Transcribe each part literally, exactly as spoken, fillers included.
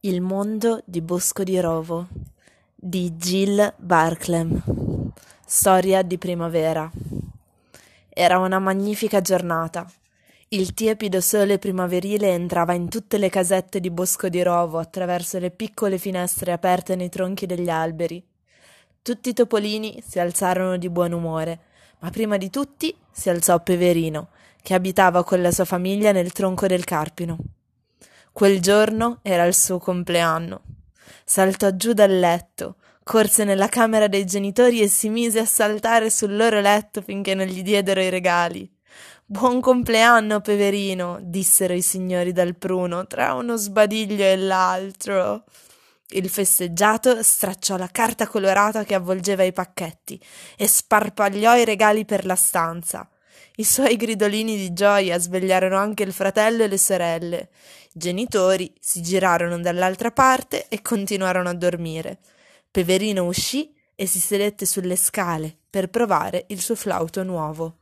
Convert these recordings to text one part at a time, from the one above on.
Il mondo di Bosco di Rovo di Jill Barclay. Storia di primavera. Era una magnifica giornata. Il tiepido sole primaverile entrava in tutte le casette di Bosco di Rovo attraverso le piccole finestre aperte nei tronchi degli alberi. Tutti i topolini si alzarono di buon umore, ma prima di tutti si alzò Peverino, che abitava con la sua famiglia nel tronco del Carpino. Quel giorno era il suo compleanno. Saltò giù dal letto, corse nella camera dei genitori e si mise a saltare sul loro letto finché non gli diedero i regali. «Buon compleanno, Peverino!» dissero i signori dal pruno, tra uno sbadiglio e l'altro. Il festeggiato stracciò la carta colorata che avvolgeva i pacchetti e sparpagliò i regali per la stanza. I suoi gridolini di gioia svegliarono anche il fratello e le sorelle. I genitori si girarono dall'altra parte e continuarono a dormire. Peverino uscì e si sedette sulle scale per provare il suo flauto nuovo.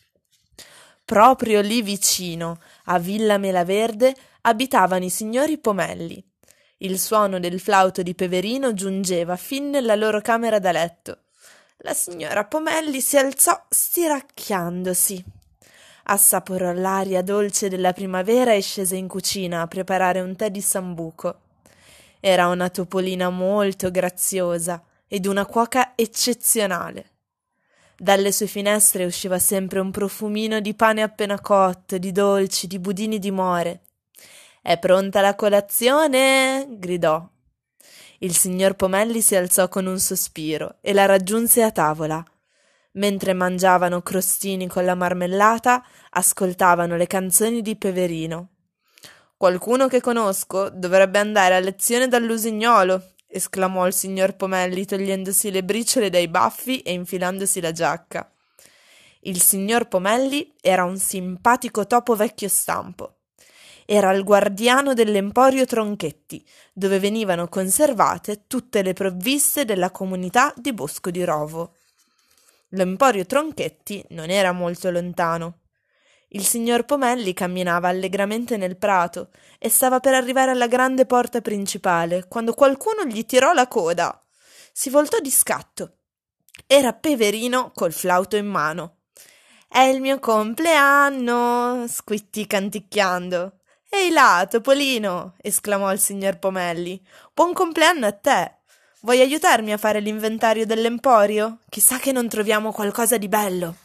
Proprio lì vicino, a Villa Melaverde, abitavano i signori Pomelli. Il suono del flauto di Peverino giungeva fin nella loro camera da letto. La signora Pomelli si alzò stiracchiandosi. Assaporò l'aria dolce della primavera e scese in cucina a preparare un tè di sambuco. Era una topolina molto graziosa ed una cuoca eccezionale. Dalle sue finestre usciva sempre un profumino di pane appena cotto, di dolci, di budini di more. «È pronta la colazione?» gridò. Il signor Pomelli si alzò con un sospiro e la raggiunse a tavola. Mentre mangiavano crostini con la marmellata, ascoltavano le canzoni di Peverino. «Qualcuno che conosco dovrebbe andare a lezione dall'usignolo», esclamò il signor Pomelli togliendosi le briciole dai baffi e infilandosi la giacca. Il signor Pomelli era un simpatico topo vecchio stampo. Era il guardiano dell'Emporio Tronchetti, dove venivano conservate tutte le provviste della comunità di Bosco di Rovo. L'Emporio Tronchetti non era molto lontano. Il signor Pomelli camminava allegramente nel prato e stava per arrivare alla grande porta principale, quando qualcuno gli tirò la coda. Si voltò di scatto. Era Peverino col flauto in mano. «È il mio compleanno!» squittì canticchiando. «Ehi là, Topolino!» esclamò il signor Pomelli. «Buon compleanno a te! Vuoi aiutarmi a fare l'inventario dell'emporio? Chissà che non troviamo qualcosa di bello!»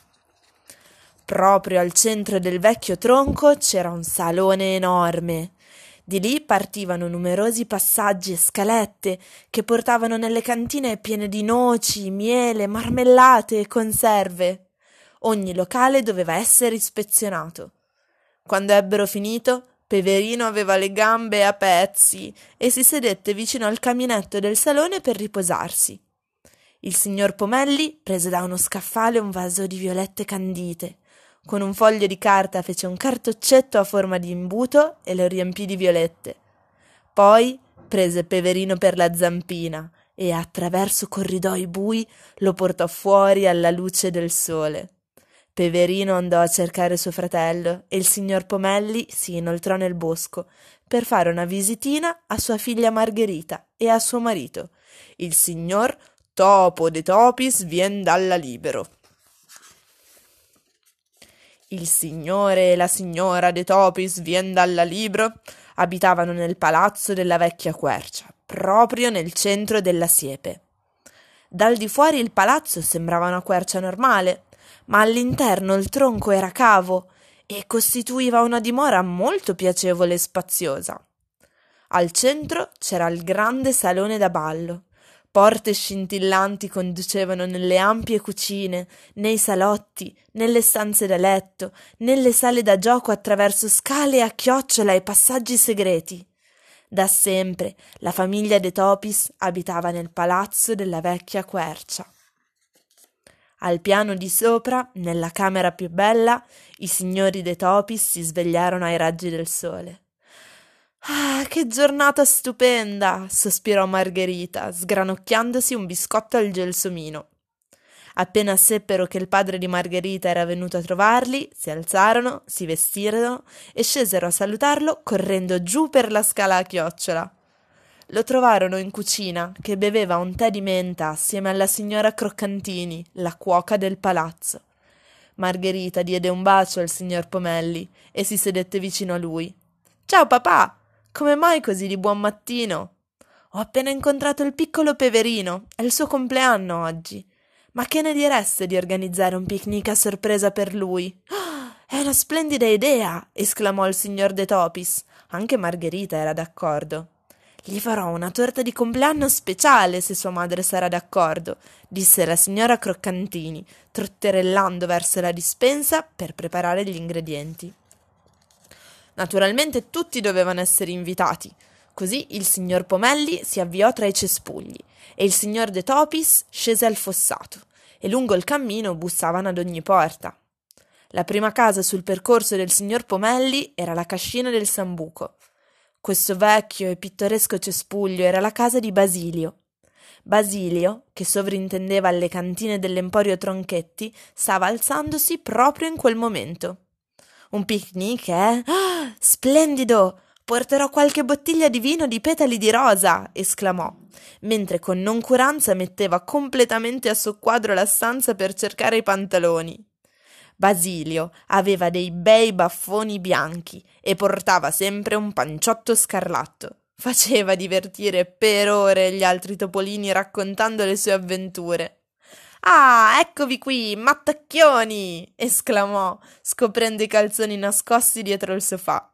Proprio al centro del vecchio tronco c'era un salone enorme. Di lì partivano numerosi passaggi e scalette che portavano nelle cantine piene di noci, miele, marmellate e conserve. Ogni locale doveva essere ispezionato. Quando ebbero finito, Peverino aveva le gambe a pezzi e si sedette vicino al caminetto del salone per riposarsi. Il signor Pomelli prese da uno scaffale un vaso di violette candite. Con un foglio di carta fece un cartoccetto a forma di imbuto e lo riempì di violette. Poi prese Peverino per la zampina e attraverso corridoi bui lo portò fuori alla luce del sole. Peverino andò a cercare suo fratello e il signor Pomelli si inoltrò nel bosco per fare una visitina a sua figlia Margherita e a suo marito, il signor Topo de Topis vien dalla Libero. Il signore e la signora de Topis vien dalla Libero abitavano nel palazzo della vecchia quercia, proprio nel centro della siepe. Dal di fuori il palazzo sembrava una quercia normale, ma all'interno il tronco era cavo e costituiva una dimora molto piacevole e spaziosa. Al centro c'era il grande salone da ballo. Porte scintillanti conducevano nelle ampie cucine, nei salotti, nelle stanze da letto, nelle sale da gioco attraverso scale a chiocciola e passaggi segreti. Da sempre la famiglia de Topis abitava nel palazzo della vecchia quercia. Al piano di sopra, nella camera più bella, i signori de Topis si svegliarono ai raggi del sole. «Ah, che giornata stupenda!» sospirò Margherita, sgranocchiandosi un biscotto al gelsomino. Appena seppero che il padre di Margherita era venuto a trovarli, si alzarono, si vestirono e scesero a salutarlo correndo giù per la scala a chiocciola. Lo trovarono in cucina che beveva un tè di menta assieme alla signora Croccantini, la cuoca del palazzo. Margherita diede un bacio al signor Pomelli e si sedette vicino a lui. «Ciao papà! Come mai così di buon mattino?» «Ho appena incontrato il piccolo Peverino, è il suo compleanno oggi. Ma che ne direste di organizzare un picnic a sorpresa per lui?» «Ah, è una splendida idea!» esclamò il signor De Topis. Anche Margherita era d'accordo. «Gli farò una torta di compleanno speciale se sua madre sarà d'accordo», disse la signora Croccantini, trotterellando verso la dispensa per preparare gli ingredienti. Naturalmente tutti dovevano essere invitati. Così il signor Pomelli si avviò tra i cespugli e il signor De Topis scese al fossato e lungo il cammino bussavano ad ogni porta. La prima casa sul percorso del signor Pomelli era la cascina del Sambuco. Questo vecchio e pittoresco cespuglio era la casa di Basilio. Basilio, che sovrintendeva alle cantine dell'Emporio Tronchetti, stava alzandosi proprio in quel momento. «Un picnic, eh? Ah, splendido! Porterò qualche bottiglia di vino di petali di rosa!» esclamò, mentre con noncuranza metteva completamente a soqquadro la stanza per cercare i pantaloni. Basilio aveva dei bei baffoni bianchi e portava sempre un panciotto scarlatto. Faceva divertire per ore gli altri topolini raccontando le sue avventure. «Ah, eccovi qui, mattacchioni!» esclamò, scoprendo i calzoni nascosti dietro il sofà.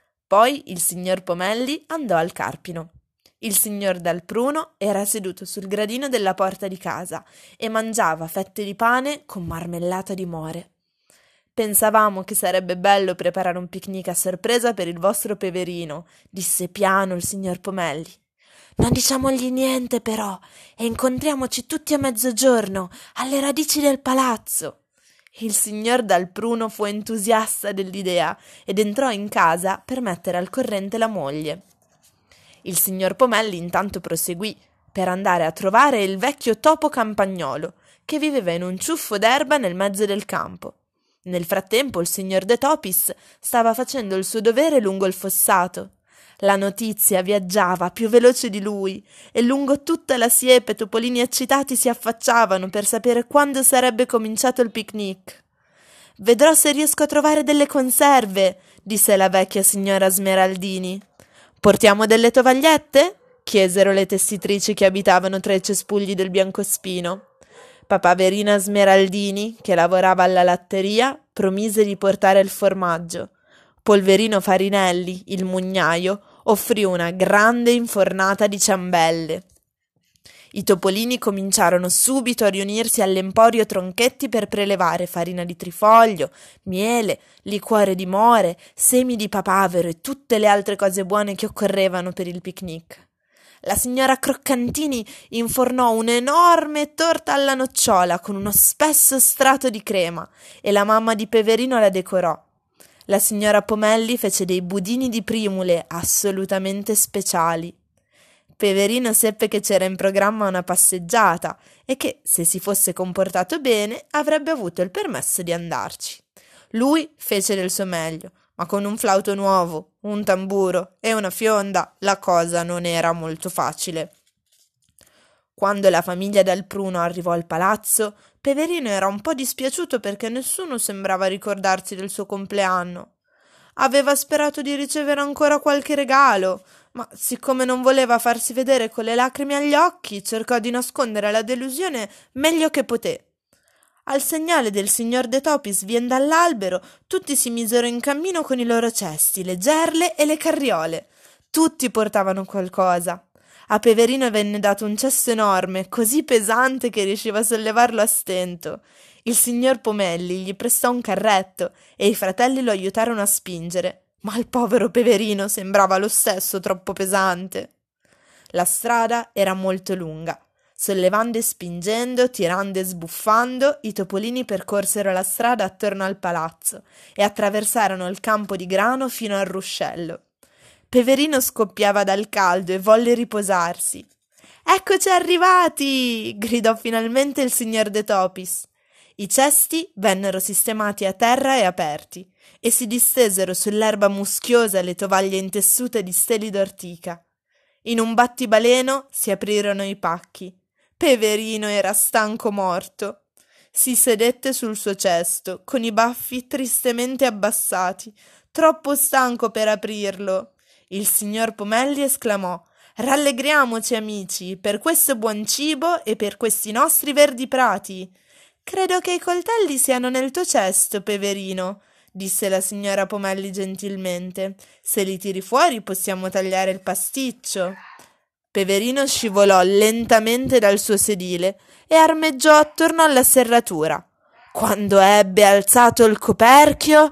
Poi il signor Pomelli andò al Carpino. Il signor Dal Pruno era seduto sul gradino della porta di casa e mangiava fette di pane con marmellata di more. «Pensavamo che sarebbe bello preparare un picnic a sorpresa per il vostro Peverino», disse piano il signor Pomelli. «Non diciamogli niente però e incontriamoci tutti a mezzogiorno alle radici del palazzo». Il signor Dal Pruno fu entusiasta dell'idea ed entrò in casa per mettere al corrente la moglie. Il signor Pomelli intanto proseguì per andare a trovare il vecchio topo campagnolo che viveva in un ciuffo d'erba nel mezzo del campo. Nel frattempo il signor De Topis stava facendo il suo dovere lungo il fossato. La notizia viaggiava più veloce di lui e lungo tutta la siepe topolini eccitati si affacciavano per sapere quando sarebbe cominciato il picnic. «Vedrò se riesco a trovare delle conserve», disse la vecchia signora Smeraldini. «Portiamo delle tovagliette?» chiesero le tessitrici che abitavano tra i cespugli del biancospino. Papà Verina Smeraldini, che lavorava alla latteria, promise di portare il formaggio. Polverino Farinelli, il mugnaio, offrì una grande infornata di ciambelle. I topolini cominciarono subito a riunirsi all'Emporio Tronchetti per prelevare farina di trifoglio, miele, liquore di more, semi di papavero e tutte le altre cose buone che occorrevano per il picnic. La signora Croccantini infornò un'enorme torta alla nocciola con uno spesso strato di crema e la mamma di Peverino la decorò. La signora Pomelli fece dei budini di primule assolutamente speciali. Peverino seppe che c'era in programma una passeggiata e che, se si fosse comportato bene, avrebbe avuto il permesso di andarci. Lui fece del suo meglio, ma con un flauto nuovo, un tamburo e una fionda la cosa non era molto facile. Quando la famiglia Dal Pruno arrivò al palazzo, Peverino era un po' dispiaciuto perché nessuno sembrava ricordarsi del suo compleanno. Aveva sperato di ricevere ancora qualche regalo, ma siccome non voleva farsi vedere con le lacrime agli occhi, cercò di nascondere la delusione meglio che poté. Al segnale del signor De Topis vien dall'albero, tutti si misero in cammino con i loro cesti, le gerle e le carriole. Tutti portavano qualcosa. A Peverino venne dato un cesto enorme, così pesante che riusciva a sollevarlo a stento. Il signor Pomelli gli prestò un carretto e i fratelli lo aiutarono a spingere, ma il povero Peverino sembrava lo stesso troppo pesante. La strada era molto lunga. Sollevando e spingendo, tirando e sbuffando, i topolini percorsero la strada attorno al palazzo e attraversarono il campo di grano fino al ruscello. Peverino scoppiava dal caldo e volle riposarsi. «Eccoci arrivati!» gridò finalmente il signor De Topis. I cesti vennero sistemati a terra e aperti e si distesero sull'erba muschiosa le tovaglie intessute di steli d'ortica. In un battibaleno si aprirono i pacchi. Peverino era stanco morto. Si sedette sul suo cesto, con i baffi tristemente abbassati, troppo stanco per aprirlo. Il signor Pomelli esclamò: «Rallegriamoci, amici, per questo buon cibo e per questi nostri verdi prati». «Credo che i coltelli siano nel tuo cesto, Peverino», disse la signora Pomelli gentilmente. «Se li tiri fuori possiamo tagliare il pasticcio». Peverino scivolò lentamente dal suo sedile e armeggiò attorno alla serratura. Quando ebbe alzato il coperchio,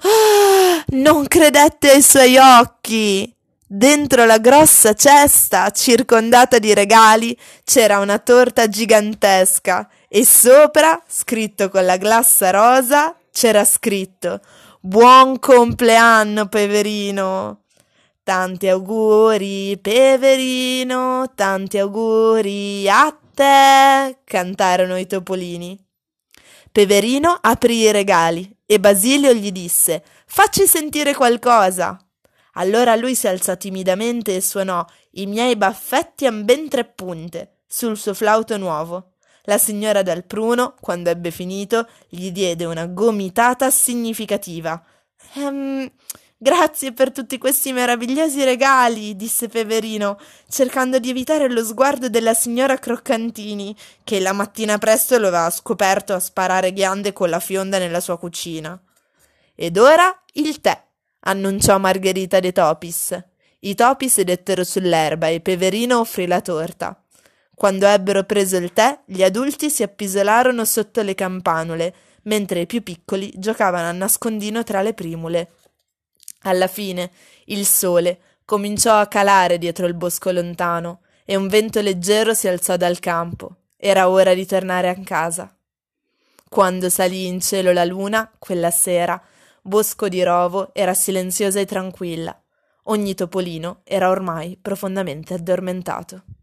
non credette ai suoi occhi. Dentro la grossa cesta, circondata di regali, c'era una torta gigantesca e sopra, scritto con la glassa rosa, c'era scritto: «Buon compleanno, Peverino!» «Tanti auguri, Peverino, tanti auguri a te!» cantarono i topolini. Peverino aprì i regali e Basilio gli disse: «Facci sentire qualcosa!» Allora lui si alzò timidamente e suonò «I miei baffetti han ben tre punte» sul suo flauto nuovo. La signora Dal Pruno, quando ebbe finito, gli diede una gomitata significativa. Ehm... «Grazie per tutti questi meravigliosi regali», disse Peverino, cercando di evitare lo sguardo della signora Croccantini, che la mattina presto lo aveva scoperto a sparare ghiande con la fionda nella sua cucina. «Ed ora il tè», annunciò Margherita de Topis. I topi sedettero sull'erba e Peverino offrì la torta. Quando ebbero preso il tè, gli adulti si appisolarono sotto le campanule, mentre i più piccoli giocavano a nascondino tra le primule. Alla fine il sole cominciò a calare dietro il bosco lontano e un vento leggero si alzò dal campo. Era ora di tornare a casa. Quando salì in cielo la luna, quella sera, Bosco di Rovo era silenziosa e tranquilla. Ogni topolino era ormai profondamente addormentato.